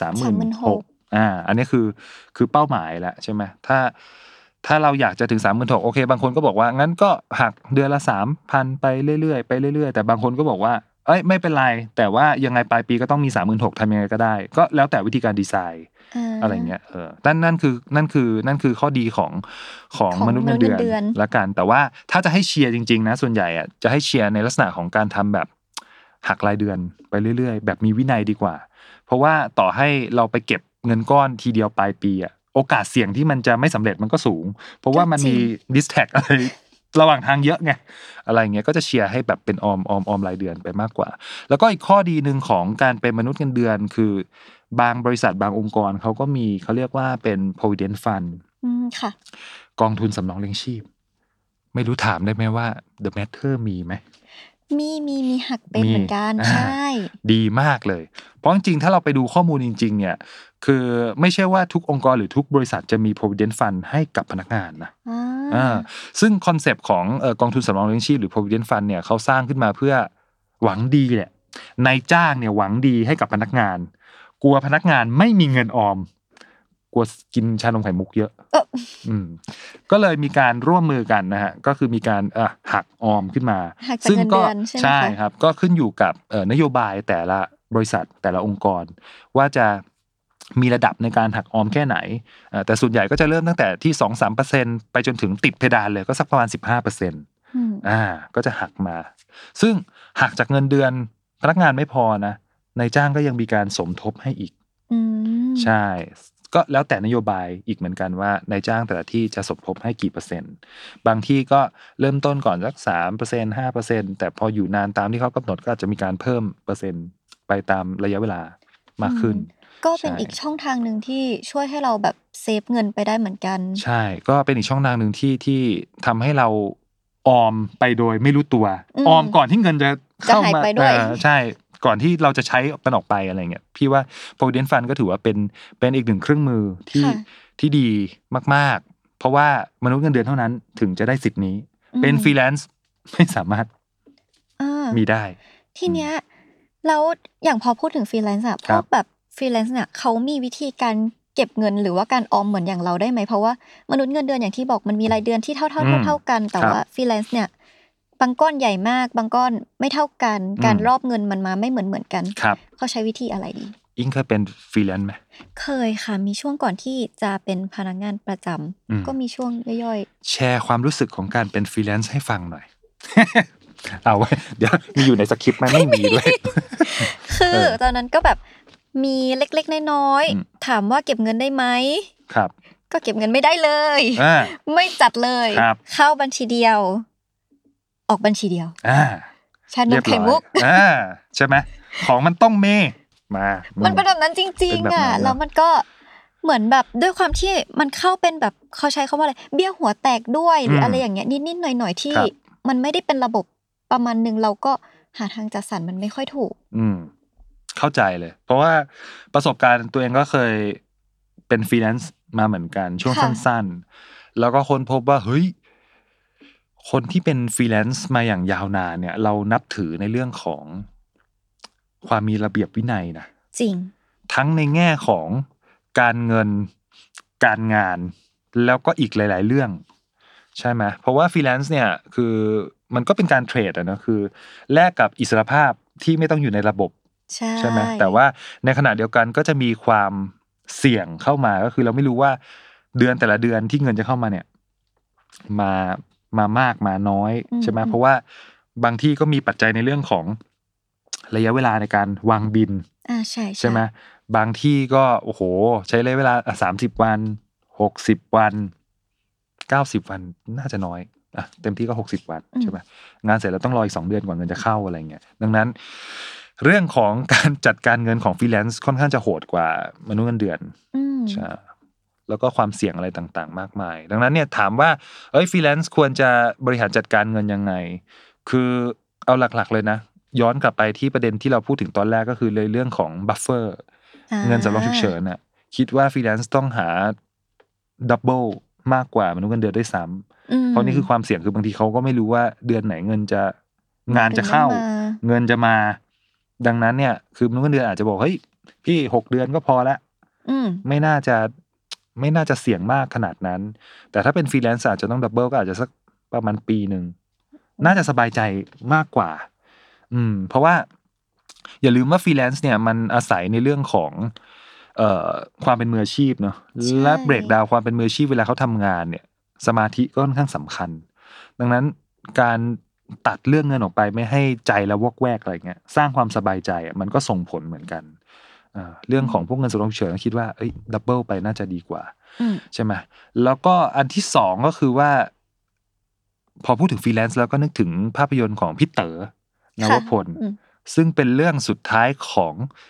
36,000 อันนี้คือเป้าหมายแล้วใช่ไหมถ้าเราอยากจะถึง 36,000 โอเคบางคนก็บอกว่างั้นก็หักเดือนละ 3,000 ไปเรื่อยๆไปเรื่อยๆแต่บางคนก็บอกว่าไม่เป็นไรแต่ว่ายังไงปลายปีก็ต้องมี 36,000 ทำยังไงก็ได้ก็แล้วแต่วิธีการดีไซน์อะไรเงี้ยนั่นคือข้อดีของมนุษย์เงินเดือนละกันแต่ว่าถ้าจะให้เชียร์จริงๆนะส่วนใหญ่อ่ะจะให้เชียร์ในลักษณะของการทำแบบหักรายเดือนไปเรื่อยๆแบบมีวินัยดีกว่าเพราะว่าต่อให้เราไปเก็บเงินก้อนทีเดียวปลายปีอ่ะโอกาสเสี่ยงที่มันจะไม่สำเร็จมันก็สูงเพราะว่ามันมีดิสแท็กอะไรระหว่างทางเยอะไงอะไรเงี้ยก็จะเชียร์ให้แบบเป็นออมรายเดือนไปมากกว่าแล้วก็อีกข้อดีนึงของการเป็นมนุษย์เงินเดือนคือบางบริษัทบางองค์กรเขาก็มีเขาเรียกว่าเป็น provident fund ค่ะกองทุนสำรองเลี้ยงชีพไม่รู้ถามได้ไหมว่า The Matter มีไหมมีหักเป็นเหมือนกันใช่ดีมากเลยเพราะจริงๆถ้าเราไปดูข้อมูลจริงๆเนี่ยคือไม่ใช่ว่าทุกองค์กรหรือทุกบริษัทจะมี provident fund ให้กับพนักงานนะซึ่งคอนเซปต์ของกองทุนสำรองเลี้ยงชีพหรือ provident fund เนี่ยเขาสร้างขึ้นมาเพื่อหวังดีแหละนายจ้างเนี่ยหวังดีให้กับพนักงานกลัวพนักงานไม่มีเงินออมกลัวกินชานมไข่มุกเยอะก็เลยมีการร่วมมือกันนะฮะก็คือมีการหักออมขึ้นมาซึ่งก็ใช่ครับก็ขึ้นอยู่กับนโยบายแต่ละบริษัทแต่ละองค์กรว่าจะมีระดับในการหักออมแค่ไหนแต่ส่วนใหญ่ก็จะเริ่มตั้งแต่ที่ 2-3% ไปจนถึงติดเพดานเลยก็สักประมาณ 15% ก็จะหักมาซึ่งหักจากเงินเดือนพนักงานไม่พอนะนายจ้างก็ยังมีการสมทบให้อีกใช่ก็แล้วแต่นโยบายอีกเหมือนกันว่านายจ้างแต่ละที่จะสมทบให้กี่เปอร์เซ็นต์บางที่ก็เริ่มต้นก่อนสัก 3% 5% แต่พออยู่นานตามที่เขากำหนดก็อาจจะมีการเพิ่มเปอร์เซ็นต์ไปตามระยะเวลามากขึ้นก็เป็นอีกช่องทางนึงที่ช่วยให้เราแบบเซฟเงินไปได้เหมือนกันใช่ก็เป็นอีกช่องทางนึงที่ทำให้เราออมไปโดยไม่รู้ตัวออมก่อนที่เงินจะเข้ามาใช่ก่อนที่เราจะใช้มันออกไปอะไรเงี้ยพี่ว่า provident fund ก็ถือว่าเป็นอีกหนึ่งเครื่องมือที่ดีมากๆเพราะว่ามนุษย์เงินเดือนเท่านั้นถึงจะได้สิทธิ์นี้เป็นฟรีแลนซ์ไม่สามารถมีได้ทีเนี้ยแล้วอย่างพอพูดถึงฟรีแลนซ์อะพวกแบบฟรีแลนซ์เนี่ยเขามีวิธีการเก็บเงินหรือว่าการออมเหมือนอย่างเราได้ไหมเพราะว่ามนุษย์เงินเดือนอย่างที่บอกมันมีรายเดือนที่เท่ากันแต่ว่าฟรีแลนซ์เนี่ยบางก้อนใหญ่มากบางก้อนไม่เท่ากันการรอบเงินมันมาไม่เหมือนกันเขาใช้วิธีอะไรดีอิงเคยเป็นฟรีแลนซ์ไหมเคยค่ะมีช่วงก่อนที่จะเป็นพนักงานประจำก็มีช่วงย่อยๆแชร์ความรู้สึกของการเป็นฟรีแลนซ์ให้ฟังหน่อย เอาไว้เดี๋ยวมีอยู่ในสคริปต์ไม่มีด้วยคือตอนนั้นก็แบบมีเล็กๆน้อยๆถามว่าเก็บเงินได้ไหมครับก็เก็บเงินไม่ได้เลยไม่จัดเลยเข้าบัญชีเดียวออกบัญชีเดียวชานมไข่มุกใช่ไหมของมันต้องเมมันเป็นแบบนั้นจริงๆอ่ะแล้วมันก็เหมือนแบบด้วยความที่มันเข้าเป็นแบบเขาใช้คำว่าอะไรเบี้ยหัวแตกด้วยหรืออะไรอย่างเงี้ยนิดๆหน่อยๆที่มันไม่ได้เป็นระบบประมาณนึงเราก็หาทางจัดสรรมันไม่ค่อยถูกเข้าใจเลยเพราะว่าประสบการณ์ตัวเองก็เคยเป็นฟรีแลนซ์มาเหมือนกันช่วงสั้นๆแล้วก็ค้นพบว่าเฮ้ยคนที่เป็นฟรีแลนซ์มาอย่างยาวนานเนี่ยเรานับถือในเรื่องของความมีระเบียบวินัยนะจริงทั้งในแง่ของการเงินการงานแล้วก็อีกหลายๆเรื่องใช่ไหมเพราะว่าฟรีแลนซ์เนี่ยคือมันก็เป็นการเทรดนะคือแลกกับอิสรภาพที่ไม่ต้องอยู่ในระบบใช่ไหมแต่ว่าในขณะเดียวกันก็จะมีความเสี่ยงเข้ามาก็คือเราไม่รู้ว่าเดือนแต่ละเดือนที่เงินจะเข้ามาเนี่ยมามากมาน้อยใช่ไหมเพราะว่าบางที่ก็มีปัจจัยในเรื่องของระยะเวลาในการวางบินใช่ไหมบางที่ก็โอ้โหใช้ระยะเวลา30 วัน60 วัน90 วันน่าจะน้อยเต็มที่ก็60 วันใช่ไหมงานเสร็จแล้วต้องรออีก2 เดือนกว่าเงินจะเข้าอะไรเงี้ยดังนั้นเรื่องของการจัดการเงินของฟรีแลนซ์ค่อนข้างจะโหดกว่ามนุษย์เงินเดือนใช่แล้วก็ความเสี่ยงอะไรต่างๆมากมายดังนั้นเนี่ยถามว่าฟรีแลนซ์ควรจะบริหารจัดการเงินยังไงคือเอาหลักๆเลยนะย้อนกลับไปที่ประเด็นที่เราพูดถึงตอนแรกก็คือเรื่องของบัฟเฟอร์เงินสำรองฉุกเฉินน่ะคิดว่าฟรีแลนซ์ต้องหาดับเบิลมากกว่ามนุษย์เงินเดือนด้วยซ้ำเพราะนี่คือความเสี่ยงคือบางทีเขาก็ไม่รู้ว่าเดือนไหนงานจะเข้าเงินจะมาดังนั้นเนี่ยคือมนุษย์เงินเดือนอาจจะบอกเฮ้ยพี่6 เดือนก็พอละไม่น่าจะเสี่ยงมากขนาดนั้นแต่ถ้าเป็นฟรีแลนซ์อาจจะต้องดับเบิลก็อาจจะสักประมาณปีนึงน่าจะสบายใจมากกว่าเพราะว่าอย่าลืมว่าฟรีแลนซ์เนี่ยมันอาศัยในเรื่องของความเป็นมืออาชีพเนาะและเบรกดาวน์ความเป็นมืออาชีพเวลาเขาทำงานเนี่ยสมาธิก็ค่อนข้างสำคัญดังนั้นการตัดเรื่องเงินออกไปไม่ให้ใจละวอกแวกอะไรเงี้ยสร้างความสบายใจมันก็ส่งผลเหมือนกันเรื่องของพวกเงินสำรองฉุกเฉินคิดว่าดับเบิลไปน่าจะดีกว่าใช่ไหมแล้วก็อันที่สองก็คือว่าพอพูดถึงฟรีแลนซ์แล้วก็นึกถึงภาพยนตร์ของพี่เต๋อนวพลซึ่งเป็นเรื่องสุดท้ายของ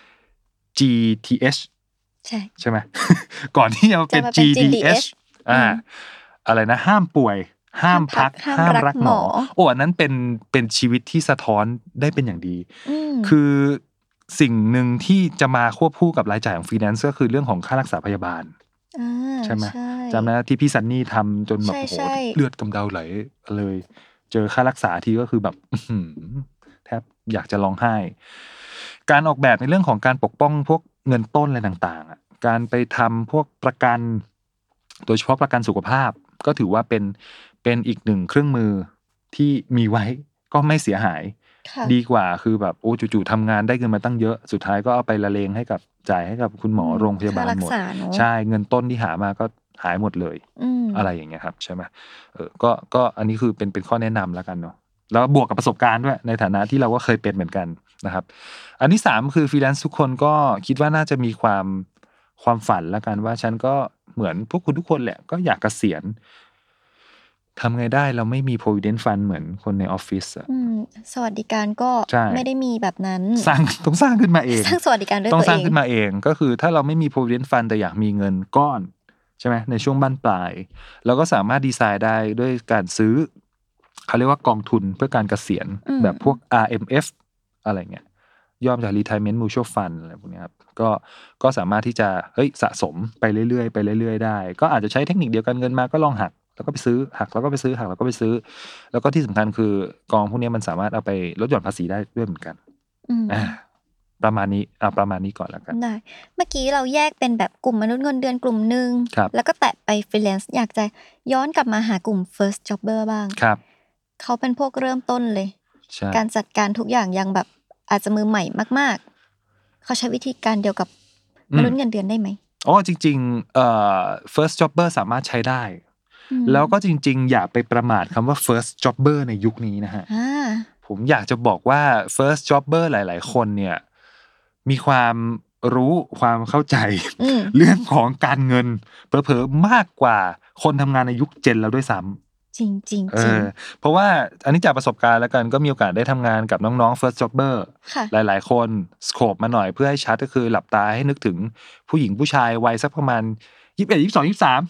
GTH ใช่ไหม ก่อนที่จะเป็น GDH อะไรนะห้ามป่วยห้ามพักห้ามรักหมออันนั้นเป็นชีวิตที่สะท้อนได้เป็นอย่างดีคือสิ่งหนึ่งที่จะมาควบคู่กับรายจ่ายของฟรีแลนซ์ก็คือเรื่องของค่ารักษาพยาบาลใช่ไหมจำนะที่พี่ซันนี่ทำจนแบบโหเลือดกำเดาไหลเลยเจอค่ารักษาทีก็คือแบบแทบอยากจะร้องไห้การออกแบบในเรื่องของการปกป้องพวกเงินต้นอะไรต่างๆการไปทำพวกประกันโดยเฉพาะประกันสุขภาพก็ถือว่าเป็นอีกหนึ่งเครื่องมือที่มีไว้ก็ไม่เสียหายดีกว่าคือแบบโอ้จู่ๆทำงานได้เงินมาตั้งเยอะสุดท้ายก็เอาไปละเลงให้กับจ่ายให้กับคุณหมอโรงพยาบาลหมดใช่เงินต้นที่หามาก็หายหมดเลยอะไรอย่างเงี้ยครับใช่ไหมก็อันนี้คือเป็นข้อแนะนำแล้วกันเนาะแล้วบวกกับประสบการณ์ด้วยในฐานะที่เราก็เคยเป็นเหมือนกันนะครับอันที่3คือฟรีแลนซ์ทุกคนก็คิดว่าน่าจะมีความฝันแล้วกันว่าฉันก็เหมือนพวกคุณทุกคนแหละก็อยากเกษียณทำไงได้เราไม่มี provident fund เหมือนคนในออฟฟิศสวัสดิการก็ไม่ได้มีแบบนั้นต้องสร้างขึ้นมาเองสร้างสวัสดิการด้วยตัวเองต้องสร้างขึ้นมาเองก็คือถ้าเราไม่มี provident fund แต่อยากมีเงินก้อนใช่ไหมในช่วงบั้นปลายเราก็สามารถดีไซน์ได้ด้วยการซื้อเขาเรียกว่ากองทุนเพื่อการเกษียณแบบพวก RMF อะไรเงี้ยย่อมาจาก Retirement Mutual Fund อะไรพวกนี้ครับก็สามารถที่จะสะสมไปเรื่อยๆได้ก็อาจจะใช้เทคนิคเดียวกันเงินมาก็ลองหักแล้วก็ไปซื้อหักแล้วก็ไปซื้อหักแล้วก็ไปซื้อแล้วก็ที่สำคัญคือกองพวกนี้มันสามารถเอาไปลดหย่อนภาษีได้ด้วยเหมือนกันประมาณนี้ก่อนแล้วกันได้เมื่อกี้เราแยกเป็นแบบกลุ่มมนุษย์เงินเดือนกลุ่มนึงแล้วก็แตะไปฟรีแลนซ์อยากจะย้อนกลับมาหากลุ่ม first jobber บ้างเขาเป็นพวกเริ่มต้นเลยการจัดการทุกอย่างยังแบบอาจจะมือใหม่มากๆเขาใช้วิธีการเดียวกับมนุษย์เงินเดือนได้ไหมจริงๆfirst jobber สามารถใช้ได้แล้วก็จริงๆอย่าไปประมาทคำว่า first jobber ในยุคนี้นะฮะผมอยากจะบอกว่า first jobber หลายๆคนเนี่ยมีความรู้ความเข้าใจเรื่องของการเงินเผลอๆมากกว่าคนทำงานในยุคเจนแล้วด้วยซ้ำจริงเพราะว่าอันนี้จากประสบการณ์แล้วกันก็มีโอกาสได้ทำงานกับน้องๆ first jobber หลายๆคนสโคปมาหน่อยเพื่อให้ชัดก็คือหลับตาให้นึกถึงผู้หญิงผู้ชายวัยสักประมาณ21 22 23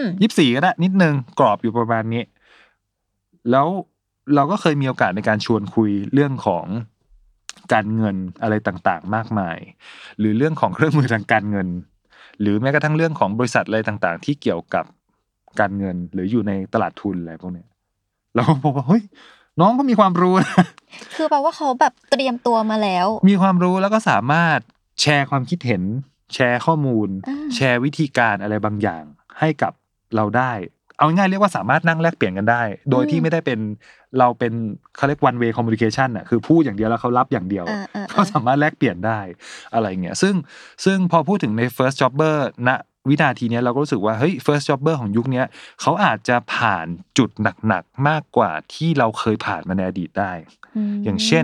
24ก็ได้นิดนึงกรอบอยู่ประมาณนี้แล้วเราก็เคยมีโอกาสในการชวนคุยเรื่องของการเงินอะไรต่างๆมากมายหรือเรื่องของเครื่องมือทางการเงินหรือแม้กระทั่งเรื่องของบริษัทอะไรต่างๆที่เกี่ยวกับการเงินหรืออยู่ในตลาดทุนอะไรพวกนี้เราก็พบว่าเฮ้ยน้องก็มีความรู้นะคือแปลว่าเขาแบบเตรียมตัวมาแล้วมีความรู้แล้วก็สามารถแชร์ความคิดเห็นแชร์ข้อมูลแชร์วิธีการอะไรบางอย่างให้กับเราได้เอาง่ายๆเรียกว่าสามารถนั่งแลกเปลี่ยนกันได้โดยที่ไม่ได้เป็นเราเป็นเขาเรียก one way communication น่ะคือพูดอย่างเดียวแล้วเขารับอย่างเดียวเขาสามารถแลกเปลี่ยนได้อะไรเงี้ยซึ่งพอพูดถึงใน first jobber ณวินาทีนี้เราก็รู้สึกว่าเฮ้ย first jobber ของยุคนี้เขาอาจจะผ่านจุดหนักๆมากกว่าที่เราเคยผ่านมาในอดีตได้อย่างเช่น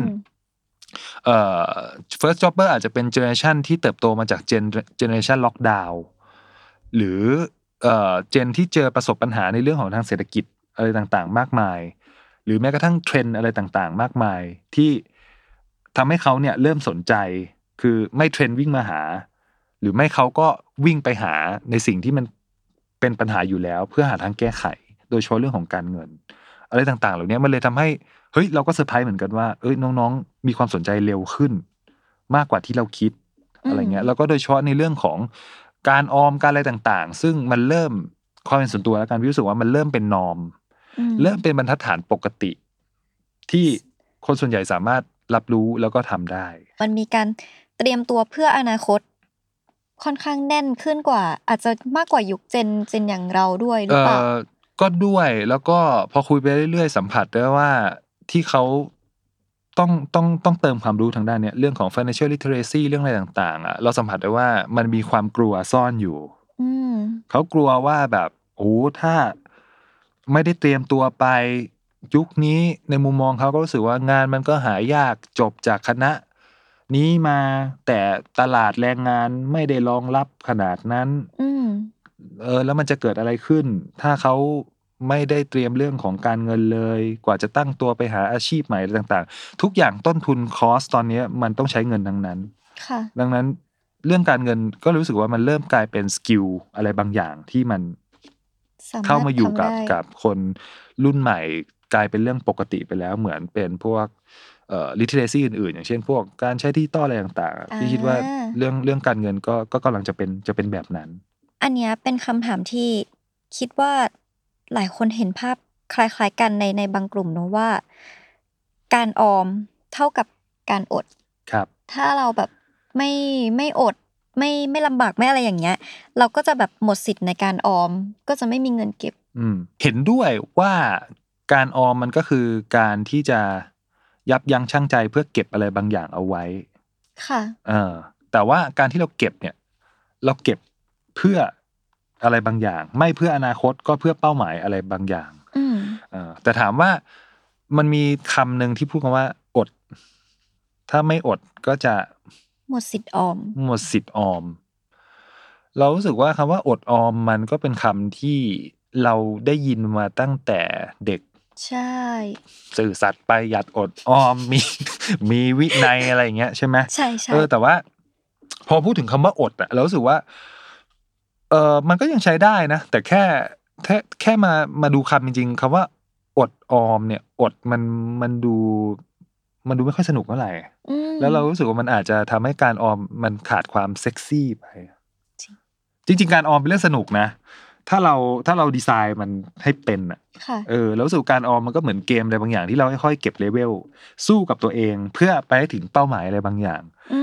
first jobber อาจจะเป็น generation ที่เติบโตมาจาก generation lockdown หรือเจนที่เจอประสบปัญหาในเรื่องของทางเศรษฐกิจอะไรต่างๆมากมายหรือแม้กระทั่งเทรนด์อะไรต่างๆมากมายที่ทำให้เขาเนี่ยเริ่มสนใจคือไม่เทรนด์วิ่งมาหาหรือไม่เขาก็วิ่งไปหาในสิ่งที่มันเป็นปัญหาอยู่แล้วเพื่อหาทางแก้ไขโดยเฉพาะเรื่องของการเงินอะไรต่างๆเหล่านี้มันเลยทำให้เฮ้ยเราก็เซอร์ไพรส์เหมือนกันว่าน้องๆมีความสนใจเร็วขึ้นมากกว่าที่เราคิดอะไรเงี้ยแล้วก็โดยเฉพาะในเรื่องของการออมการอะไรต่างๆซึ่งมันเริ่มความเป็นส่วนตัวแล้วกันรู้สึกว่ามันเริ่มเป็นนอร์มเริ่มเป็นบรรทัดฐานปกติที่คนส่วนใหญ่สามารถรับรู้แล้วก็ทำได้มันมีการเตรียมตัวเพื่ออนาคตค่อนข้างแน่นขึ้นกว่าอาจจะมากกว่ายุคเจนอย่างเราด้วยหรือเปล่าก็ด้วยแล้วก็พอคุยไปเรื่อยๆสัมผัสได้ว่าที่เขาต้องเติมความรู้ทางด้านเนี้ยเรื่องของ financial literacy เรื่องอะไรต่างๆอ่ะเราสัมผัสได้ว่ามันมีความกลัวซ่อนอยู่เขากลัวว่าแบบโอ้ถ้าไม่ได้เตรียมตัวไปยุคนี้ในมุมมองเขาก็รู้สึกว่างานมันก็หายากจบจากคณะนี้มาแต่ตลาดแรงงานไม่ได้รองรับขนาดนั้นแล้วมันจะเกิดอะไรขึ้นถ้าเขาไม่ได้เตรียมเรื่องของการเงินเลยกว่าจะตั้งตัวไปหาอาชีพใหม่อะไรต่างๆทุกอย่างต้นทุนคอสตอนนี้มันต้องใช้เงินทั้งนั้นดังนั้นเรื่องการเงินก็รู้สึกว่ามันเริ่มกลายเป็นสกิลอะไรบางอย่างที่มันเข้ามาอยู่กับคนรุ่นใหม่กลายเป็นเรื่องปกติไปแล้วเหมือนเป็นพวกliteracy อื่นๆอย่างเช่นพวกการใช้ดิจิตอลอะไรต่างๆที่คิดว่าเรื่องการเงินก็กำลังจะเป็นแบบนั้นอันนี้เป็นคำถามที่คิดว่าหลายคนเห็นภาพคล้ายๆกันในบางกลุ่มเนอะว่าการออมเท่ากับการอดครับถ้าเราแบบไม่อดไม่ลำบากไม่อะไรอย่างเงี้ยเราก็จะแบบหมดสิทธิ์ในการออมก็จะไม่มีเงินเก็บเห็นด้วยว่าการออมมันก็คือการที่จะยับยั้งชั่งใจเพื่อเก็บอะไรบางอย่างเอาไว้ค่ะแต่ว่าการที่เราเก็บเนี่ยเราเก็บเพื่ออะไรบางอย่างไม่เพื่ออนาคตก็เพื่อเป้าหมายอะไรบางอย่างแต่ถามว่ามันมีคำหนึ่งที่พูดกันว่าอดถ้าไม่อดก็จะหมดสิทธิ์ออมหมดสิทธิ์ออมเรารู้สึกว่าคำว่าอดออมมันก็เป็นคำที่เราได้ยินมาตั้งแต่เด็กใช่สื่อสัตย์ประหยัดอดออมมีวินัยอะไรอย่างเงี้ยใช่ไหมใช่ใช่แต่ว่าพอพูดถึงคำว่าอดอะเรารู้สึกว่ามันก็ยังใช้ได้นะแต่แค่มาดูคำจริงๆคำว่าอดออมเนี่ยอดมันดูไม่ค่อยสนุกเท่าไหร่แล้วเรารู้สึกว่ามันอาจจะทำให้การออมมันขาดความเซ็กซี่ไปจริงๆการออมเป็นเรื่องสนุกนะถ้าเราดีไซน์มันให้เป็นอ่ะแล้วรู้สึกการออมมันก็เหมือนเกมอะไรบางอย่างที่เราค่อยๆเก็บเลเวลสู้กับตัวเองเพื่อไปให้ถึงเป้าหมายอะไรบางอย่าง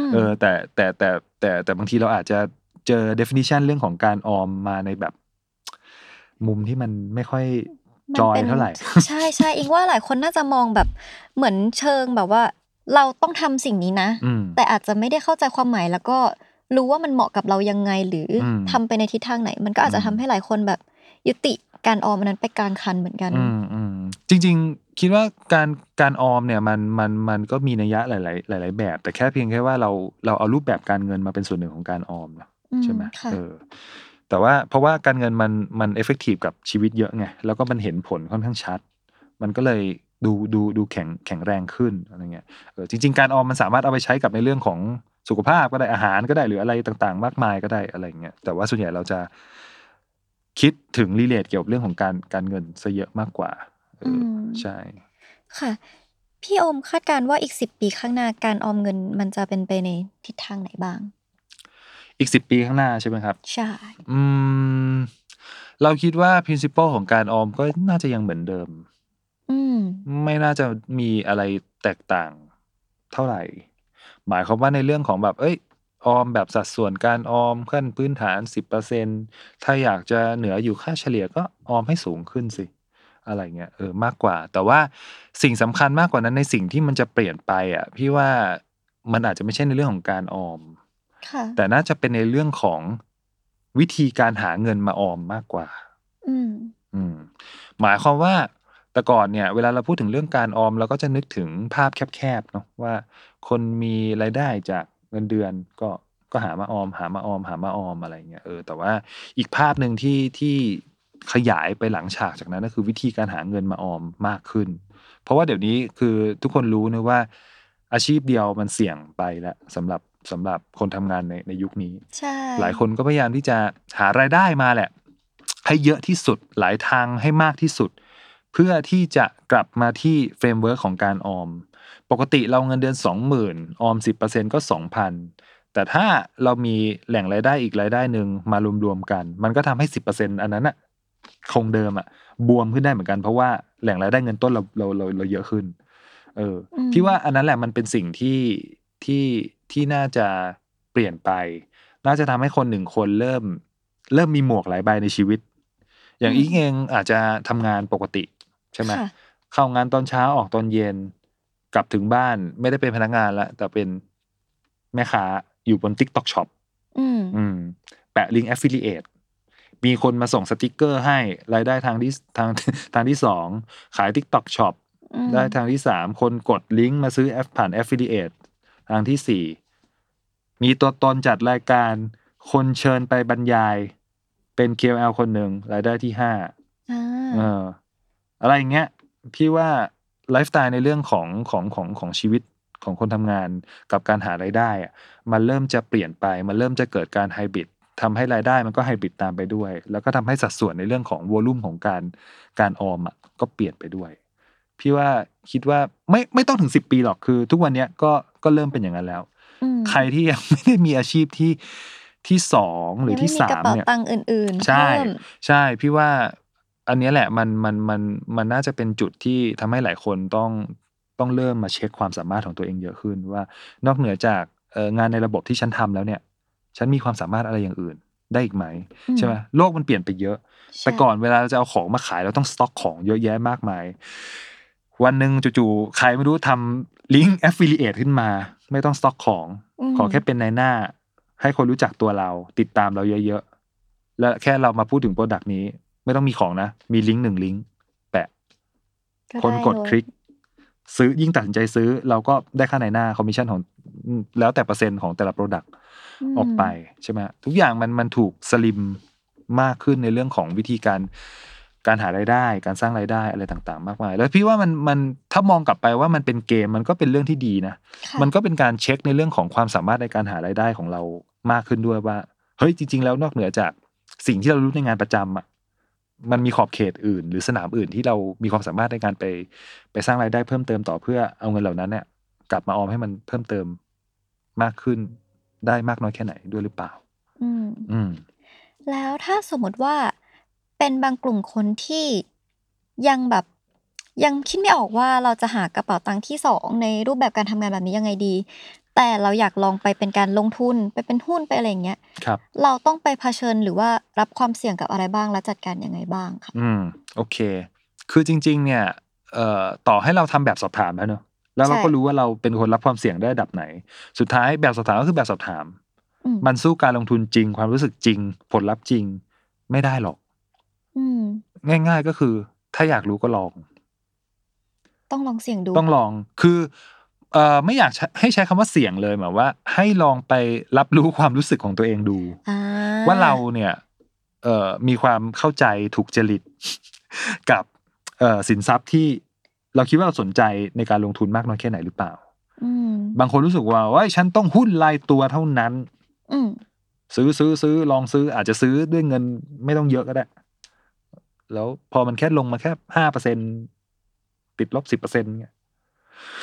แต่บางทีเราอาจจะเจอ definition เรื่องของการออมมาในแบบมุมที่มันไม่ค่อยจอยเท่าไหร่ใช่ๆอิงว่าหลายคนน่าจะมองแบบเหมือนเชิงแบบว่าเราต้องทำสิ่งนี้นะแต่อาจจะไม่ได้เข้าใจความหมายแล้วก็รู้ว่ามันเหมาะกับเรายังไงหรือทำไปในทิศทางไหนมันก็อาจจะทำให้หลายคนแบบยุติการออมอันนั้นไปกลางคันเหมือนกันจริงๆคิดว่าการออมเนี่ยมันก็มีนัยยะหลายแบบแต่แค่เพียงแค่ว่าเราเอารูปแบบการเงินมาเป็นส่วนหนึ่งของการออมใช่ไหมแต่ว่าเพราะว่าการเงินมันเอฟเฟกตีฟกับชีวิตเยอะไงแล้วก็มันเห็นผลค่อนข้างชัดมันก็เลยดูแข็งแรงขึ้นอะไรเงี้ยจริงๆการออมมันสามารถเอาไปใช้กับในเรื่องของสุขภาพก็ได้อาหารก็ได้หรืออะไรต่างๆมากมายก็ได้อะไรเงี้ยแต่ว่าส่วนใหญ่เราจะคิดถึงรีเลทเกี่ยวกับเรื่องของการเงินซะเยอะมากกว่าใช่ค่ะพี่โอมคาดการณ์ว่าอีก10 ปีข้างหน้าการออมเงินมันจะเป็นไปในทิศทางไหนบ้างอีก10 ปีข้างหน้าใช่ไหมครับใช่มเราคิดว่า principle ของการออมก็น่าจะยังเหมือนเดิมไม่น่าจะมีอะไรแตกต่างเท่าไหร่หมายความว่าในเรื่องของแบบออมแบบสัดส่วนการออมขั้นพื้นฐาน 10%ถ้าอยากจะเหนืออยู่ค่าเฉลี่ยก็ออมให้สูงขึ้นสิอะไรเงี้ยมากกว่าแต่ว่าสิ่งสำคัญมากกว่านั้นในสิ่งที่มันจะเปลี่ยนไปอ่ะพี่ว่ามันอาจจะไม่ใช่ในเรื่องของการออมแต่น่าจะเป็นในเรื่องของวิธีการหาเงินมาออมมากกว่าหมายความว่าแต่ก่อนเนี่ยเวลาเราพูดถึงเรื่องการออมเราก็จะนึกถึงภาพแคบๆเนาะว่าคนมีรายได้จากเงินเดือนก็หามาออมหามาออมหามาออมอะไรเงี้ยแต่ว่าอีกภาพหนึ่งที่ขยายไปหลังฉากจากนั้นก็คือวิธีการหาเงินมาออมมากขึ้นเพราะว่าเดี๋ยวนี้คือทุกคนรู้นะว่าอาชีพเดียวมันเสี่ยงไปแล้วสำหรับคนทำงานในยุคนี้หลายคนก็พยายามที่จะหารายได้มาแหละให้เยอะที่สุดหลายทางให้มากที่สุดเพื่อที่จะกลับมาที่เฟรมเวิร์คของการออมปกติเราเงินเดือน 20,000 ออม 10% ก็ 2,000 แต่ถ้าเรามีแหล่งรายได้อีกรายได้หนึ่งมารวมๆกันมันก็ทำให้ 10% อันนั้นอะคงเดิมอะบวมขึ้นได้เหมือนกันเพราะว่าแหล่งรายได้เงินต้นเราเยอะขึ้นพี่ว่าอันนั้นแหละมันเป็นสิ่งที่น่าจะเปลี่ยนไปน่าจะทำให้คน1 คนเริ่มมีหมวกหลายใบในชีวิตอย่างอิงเองอาจจะทำงานปกติใช่ไหมเข้างานตอนเช้าออกตอนเย็นกลับถึงบ้านไม่ได้เป็นพนักงานแล้วแต่เป็นแม่ค้าอยู่บน TikTok Shop แปะลิงก์ Affiliate มีคนมาส่งสติกเกอร์ให้รายได้ทางที่2ขาย TikTok Shop ได้ทางที่3คนกดลิงก์มาซื้อผ่าน Affiliate ทางที่4มีตัวตนจัดรายการคนเชิญไปบรรยายเป็น KOL คนหนึ่งรายได้ที่5อะไรอย่างเงี้ยพี่ว่าไลฟ์สไตล์ในเรื่องของชีวิตของคนทำงานกับการหารายได้มันเริ่มจะเปลี่ยนไปมันเริ่มจะเกิดการไฮบริดทำให้รายได้มันก็ไฮบริดตามไปด้วยแล้วก็ทำให้สัดส่วนในเรื่องของวอลุ่มของการออมก็เปลี่ยนไปด้วยพี่ว่าคิดว่าไม่ต้องถึง10 ปีหรอกคือทุกวันนี้ก็เริ่มเป็นอย่างนั้นแล้วใครที่ยังไม่ได้มีอาชีพที่2หรือที่3เนี่ยตังค์อื่นๆใช่พี่ว่าอันนี้แหละมันน่าจะเป็นจุดที่ทำให้หลายคนต้องเริ่มมาเช็คความสามารถของตัวเองเยอะขึ้นว่านอกเหนือจากงานในระบบที่ฉันทำแล้วเนี่ยฉันมีความสามารถอะไรอย่างอื่นได้อีกไหมใช่ไหมโลกมันเปลี่ยนไปเยอะแต่ก่อนเวลาเราจะเอาของมาขายเราต้องสต็อกของเยอะแยะมากมายวันหนึ่งจู่ๆใครไม่รู้ทำลิงก์ Affiliate ขึ้นมาไม่ต้องสต็อกของขอแค่เป็นนายหน้าให้คนรู้จักตัวเราติดตามเราเยอะๆและแค่เรามาพูดถึงโปรดักต์นี้ไม่ต้องมีของนะมีลิงก์1 ลิงก์แปะคนกดคลิกซื้อยิ่งตัดสินใจซื้อเราก็ได้ค่านายหน้าคอมมิชชั่นของแล้วแต่เปอร์เซ็นต์ของแต่ละโปรดักต์ออกไปใช่ไหมทุกอย่างมันถูกสลิมมากขึ้นในเรื่องของวิธีการหารายได้การสร้างรายได้อะไรต่างๆมากมายแล้วพี่ว่ามันถ้ามองกลับไปว่ามันเป็นเกมมันก็เป็นเรื่องที่ดีนะมันก็เป็นการเช็คในเรื่องของความสามารถในการหารายได้ของเรามากขึ้นด้วยว่าเฮ้ยจริงๆแล้วนอกเหนือจากสิ่งที่เรารู้ในงานประจำมันมีขอบเขตอื่นหรือสนามอื่นที่เรามีความสามารถในการไปสร้างรายได้เพิ่มเติมต่อเพื่อเอาเงินเหล่านั้นเนี่ยกลับมาออมให้มันเพิ่มเติมมากขึ้นได้มากน้อยแค่ไหนด้วยหรือเปล่าแล้วถ้าสมมติว่าเป็นบางกลุ่มคนที่ยังคิดไม่ออกว่าเราจะหากระเป๋าตังค์ที่2ในรูปแบบการทำงานแบบนี้ยังไงดีแต่เราอยากลองไปเป็นการลงทุนไปเป็นหุ้นไปอะไรอย่างเงี้ยเราต้องไปเผชิญหรือว่ารับความเสี่ยงกับอะไรบ้างและจัดการยังไงบ้างครับโอเคคือจริงๆเนี่ยต่อให้เราทำแบบสอบถามแล้วเนอะแล้วเราก็รู้ว่าเราเป็นคนรับความเสี่ยงได้ระดับไหนสุดท้ายแบบสอบถามก็คือแบบสอบถามมันสู้การลงทุนจริงความรู้สึกจริงผลลัพธ์จริงไม่ได้หรอกง่ายๆก็คือถ้าอยากรู้ก็ลองต้องลองเสี่ยงดูต้องลองคือไม่อยากให้ใช้คำว่าเสี่ยงเลยหมายว่าให้ลองไปรับรู้ความรู้สึกของตัวเองดูว่าเราเนี่ยมีความเข้าใจถูกจริตกับสินทรัพย์ที่เราคิดว่าเราสนใจในการลงทุนมากน้อยแค่ไหนหรือเปล่าบางคนรู้สึกว่าฉันต้องหุ้นรายตัวเท่านั้นซื้อลองซื้ออาจจะซื้อด้วยเงินไม่ต้องเยอะก็ได้แล้วพอมันแค่ลงมาแค่5%ติดลบ 10% เงี้ย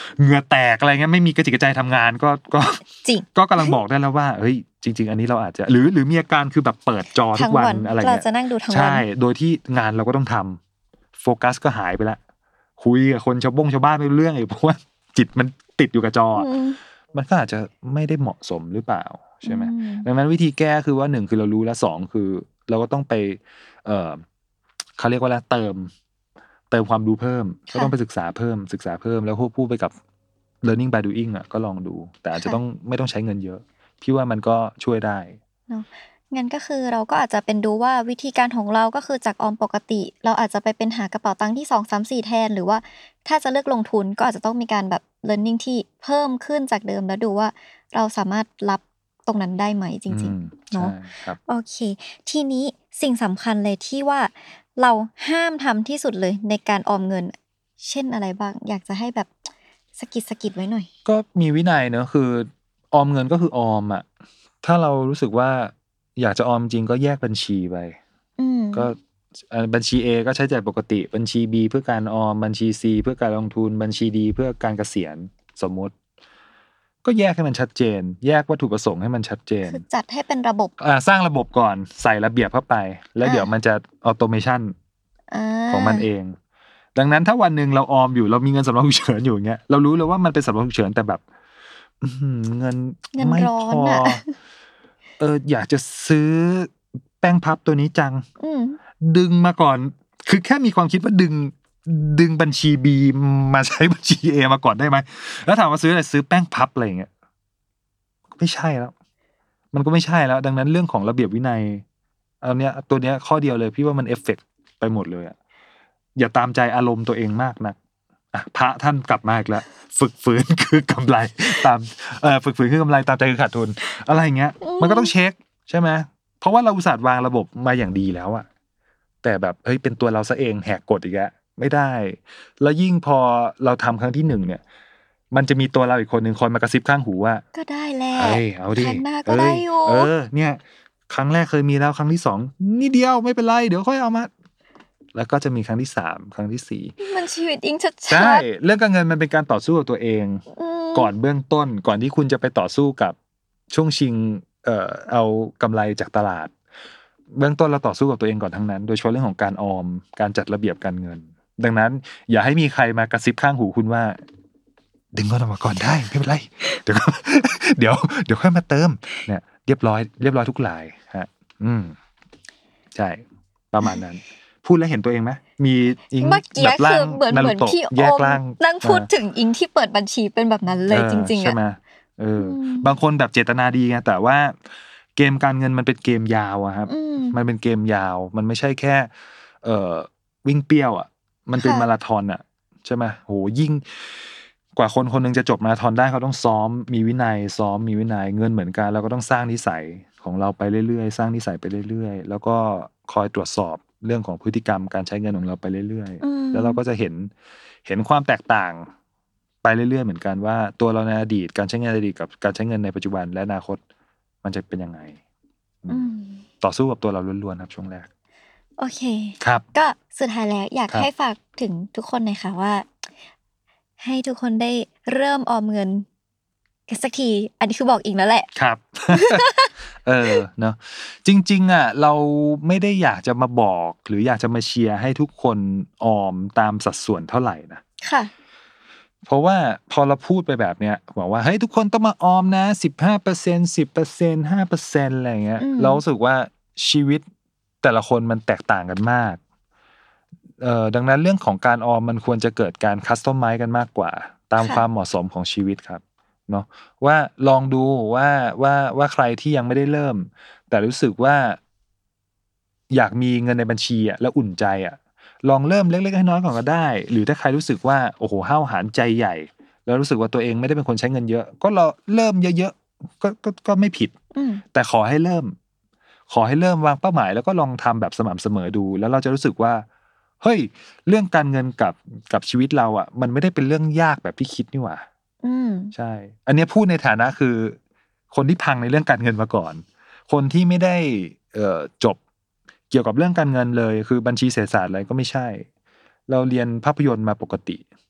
เหงื่อแตกอะไรเงี้ยไม่มีกระจิกกระใจทำงานก็จริงก็กำลังบอกได้แล้วว่าเฮ้ยจริงๆอันนี้เราอาจจะหรือมีอาการคือแบบเปิดจอทุกวันอะไรเงี้ยเราจะนั่งดูทั้งวันใช่โดยที่งานเราก็ต้องทำโฟกัสก็หายไปละคุยกับคนชาวบ้านไม่รู้เรื่องเพราะว่าจิตมันติดอยู่กับจอมันก็อาจจะไม่ได้เหมาะสมหรือเปล่าใช่ไหมดังนั้นวิธีแก้คือว่า1คือเรารู้แล้ว2คือเราก็ต้องไปเขาเรียกว่าอะไรเติมความรู้เพิ่มก็ต้องไปศึกษาเพิ่มแล้วควบคู่ไปกับ learning by doing อ่ะก็ลองดูแต่อาจจะต้องไม่ต้องใช้เงินเยอะพี่ว่ามันก็ช่วยได้เนาะงั้นก็คือเราก็อาจจะเป็นดูว่าวิธีการของเราก็คือจากออมปกติเราอาจจะไปเป็นหากระเป๋าตังค์ที่2 3 4แทนหรือว่าถ้าจะเลือกลงทุนก็อาจจะต้องมีการแบบ learning ที่เพิ่มขึ้นจากเดิมแล้วดูว่าเราสามารถรับตรงนั้นได้ไหมจริงๆเนาะโอเคทีนี้สิ่งสำคัญเลยที่ว่าเราห้ามทำที่สุดเลยในการออมเงินเช่นอะไรบ้างอยากจะให้แบบสกิดไว้หน่อยก็มีวินัยเนอะคือออมเงินก็คือออมอ่ะถ้าเรารู้สึกว่าอยากจะออมจริงก็แยกบัญชีไปก็บัญชี A ก็ใช้จ่ายปกติบัญชี B เพื่อการออมบัญชี C เพื่อการลงทุนบัญชี D เพื่อการเกษียณสมมติก็แยกให้มันชัดเจนแยกวัตถุประสงค์ให้มันชัดเจนคือจัดให้เป็นระบบสร้างระบบก่อนใส่ระเบียบเข้าไปแล้วเดี๋ยวมันจะออโตเมชันของมันเองดังนั้นถ้าวันนึงเราออมอยู่เรามีเงินสำรองฉุกเฉินอยู่อย่างเงี้ยเรารู้เลยว่ามันเป็นสำรองฉุกเฉินแต่แบบเงินไม่พออยากจะซื้อแป้งพับตัวนี้จังดึงมาก่อนคือแค่มีความคิดว่าดึงบัญชี B มาใช้บัญชี A มาก่อนได้ไหมแล้วถามว่าซื้ออะไรซื้อแป้งพับอะไรอย่างเงี้ยไม่ใช่แล้วมันก็ไม่ใช่แล้วดังนั้นเรื่องของระเบียบวินัยเอาเนี้ยตัวเนี้ยข้อเดียวเลยพี่ว่ามันเอฟเฟกต์ไปหมดเลยอ่ะอย่าตามใจอารมณ์ตัวเองมากนักพระท่านกลับมาอีกแล้วฝึกฝืนคือกำไรตามฝึกฝืนคือกำไรตามใจคือขาดทุนอะไรอย่างเงี้ยมันก็ต้องเช็คใช่ไหมเพราะว่าเราอุตส่าห์วางระบบมาอย่างดีแล้วอะแต่แบบเฮ้ยเป็นตัวเราซะเองแหกกฎอีกแล้วไม่ได้แล้วยิ่งพอเราทำครั้งที่1เนี่ยมันจะมีตัวเราอีกคนนึงคอยมากระซิบข้างหูว่าก็ได้แหละเอาดิครั้งหน้าก็ได้อยู่เนี่ยครั้งแรกเคยมีแล้วครั้งที่2นี่เดียวไม่เป็นไรเดี๋ยวค่อยเอามาแล้วก็จะมีครั้งที่3ครั้งที่4 มันชีวิตอิงชัดๆใช่เรื่องการเงินมันเป็นการต่อสู้กับตัวเองก่อนเบื้องต้นก่อนที่คุณจะไปต่อสู้กับช่วงชิงเอากำไรจากตลาดเบื้องต้นเราต่อสู้กับตัวเองก่อนทั้งนั้นโดยเฉพาะเรื่องของการออมการจัดระเบียบการเงินดังนั้นอย่าให้มีใครมากระซิบข้างหูคุณว่าดึงเงินออกมาก่อนได้ไม่เป็นไรเดี๋ยวค่อยมาเติมเนี่ยเรียบร้อยทุกรายฮะใช่ประมาณนั้นพูดแล้วเห็นตัวเองไหมมีอิงแบบร่างเหมือนพี่โอมนั่งพูดถึงอิงที่เปิดบัญชีเป็นแบบนั้นเลยจริงๆใช่ไหมบางคนแบบเจตนาดีไงแต่ว่าเกมการเงินมันเป็นเกมยาวอะครับมันเป็นเกมยาวมันไม่ใช่แค่วิ่งเปรี้ยวอะมันเป็นมาราธอนอะใช่ไหมโหยิ่งกว่าคนนึงจะจบมาราธอนได้เขาต้องซ้อมมีวินัยเงินเหมือนกันแล้วก็ต้องสร้างนิสัยของเราไปเรื่อยๆสร้างนิสัยไปเรื่อยๆแล้วก็คอยตรวจสอบเรื่องของพฤติกรรมการใช้เงินของเราไปเรื่อยๆแล้วเราก็จะเห็นความแตกต่างไปเรื่อยๆเหมือนกันว่าตัวเราในอดีตการใช้เงินในอดีตกับการใช้เงินในปัจจุบันและอนาคตมันจะเป็นยังไงต่อสู้กับตัวเราล้วนๆครับช่วงแรกโอเคครับก็สุดท้ายแล้วอยากให้ฝากถึงทุกคนหน่อยค่ะว่าให้ทุกคนได้เริ่มออมเงินกันสักทีอันนี้คือบอกอิงแล้วแหละครับ เนาะจริงๆอ่ะเราไม่ได้อยากจะมาบอกหรืออยากจะมาเชียร์ให้ทุกคนออมตามสัดส่วนเท่าไหร่นะค่ะเพราะว่าพอเราพูดไปแบบเนี้ยบอกว่าเฮ้ยทุกคนต้องมาออมนะ 15% 10% 5% อะไรเงี้ยเรารู้สึกว่าชีวิตแต่ละคนมันแตกต่างกันมากดังนั้นเรื่องของการออมมันควรจะเกิดการคัสตอมไมซ์กันมากกว่าตามความเหมาะสมของชีวิตครับเนาะว่าลองดูว่าใครที่ยังไม่ได้เริ่มแต่รู้สึกว่าอยากมีเงินในบัญชีอ่ะแล้วอุ่นใจอ่ะลองเริ่มเล็กๆน้อยๆก่อนก็ได้หรือถ้าใครรู้สึกว่าโอ้โหห้าวหาญใจใหญ่แล้วรู้สึกว่าตัวเองไม่ได้เป็นคนใช้เงินเยอะก็เริ่มเยอะๆก็ไม่ผิดแต่ขอให้เริ่มวางเป้าหมายแล้วก็ลองทำแบบสม่ำเสมอดูแล้วเราจะรู้สึกว่าเฮ้ยเรื่องการเงินกับชีวิตเราอ่ะมันไม่ได้เป็นเรื่องยากแบบที่คิดนี่หว่าใช่อันนี้พูดในฐานะคือคนที่พังในเรื่องการเงินมาก่อนคนที่ไม่ได้จบเกี่ยวกับเรื่องการเงินเลยคือบัญชีเศรษฐศาสตร์อะไรก็ไม่ใช่เราเรียนภาพยนตร์มาปกติ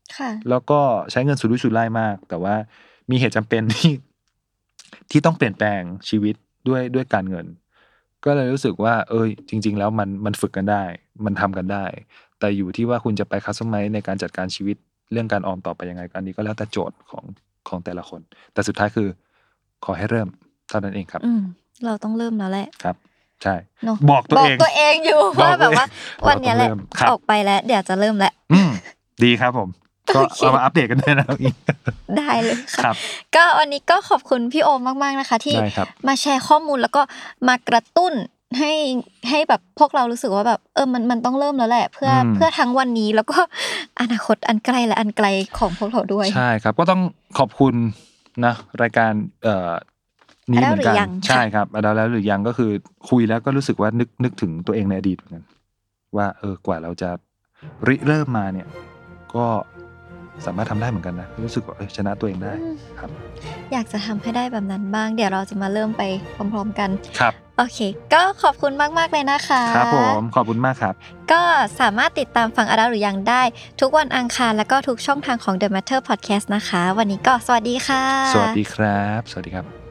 ค่ะแล้วก็ใช้เงินสุรุ่ยสุร่ายมากแต่ว่ามีเหตุจำเป็นที่ต้องเปลี่ยนแปลงชีวิตด้วยการเงินก็เลยรู้สึกว่าจริงๆแล้วมันฝึกกันได้มันทำกันได้แต่อยู่ที่ว่าคุณจะไปคัสตอมไมซ์ในการจัดการชีวิตเรื่องการออมต่อไปยังไงอันนี้ก็แล้วแต่โจทย์ของแต่ละคนแต่สุดท้ายคือขอให้เริ่มเท่านั้นเองครับเราต้องเริ่มแล้วแหละครับใช่บอกตัวเองอยู่ว่าแบบว่าวันนี้แหละออกไปแล้วเดี๋ยวจะเริ่มแล้วดีครับผมก็เอามาอัปเดตกันด้วยนะอีกได้เลยค่ะก็วันนี้ก็ขอบคุณพี่โอมมากๆนะคะที่มาแชร์ข้อมูลแล้วก็มากระตุ้นให้แบบพวกเรารู้สึกว่าแบบมันต้องเริ่มแล้วแหละเพื่อทั้งวันนี้แล้วก็อนาคตอันใกล้และอันไกลของพวกเราด้วยใช่ครับก็ต้องขอบคุณนะรายการนี้เหมือนกันใช่ครับแล้วหรือยังก็คือคุยแล้วก็รู้สึกว่านึกถึงตัวเองในอดีตเหมือนกันว่ากว่าเราจะเริ่มมาเนี่ยก็สามารถทำได้เหมือนกันนะรู้สึกว่าชนะตัวเองได้ครับอยากจะทำให้ได้แบบนั้นบ้างเดี๋ยวเราจะมาเริ่มไปพร้อมๆกันครับโอเคก็ขอบคุณมากๆเลยนะคะครับผมขอบคุณมากครับก็สามารถติดตามฟังอะไรหรือยังได้ทุกวันอังคารแล้วก็ทุกช่องทางของ The Matter Podcast นะคะวันนี้ก็สวัสดีค่ะสวัสดีครับสวัสดีครับ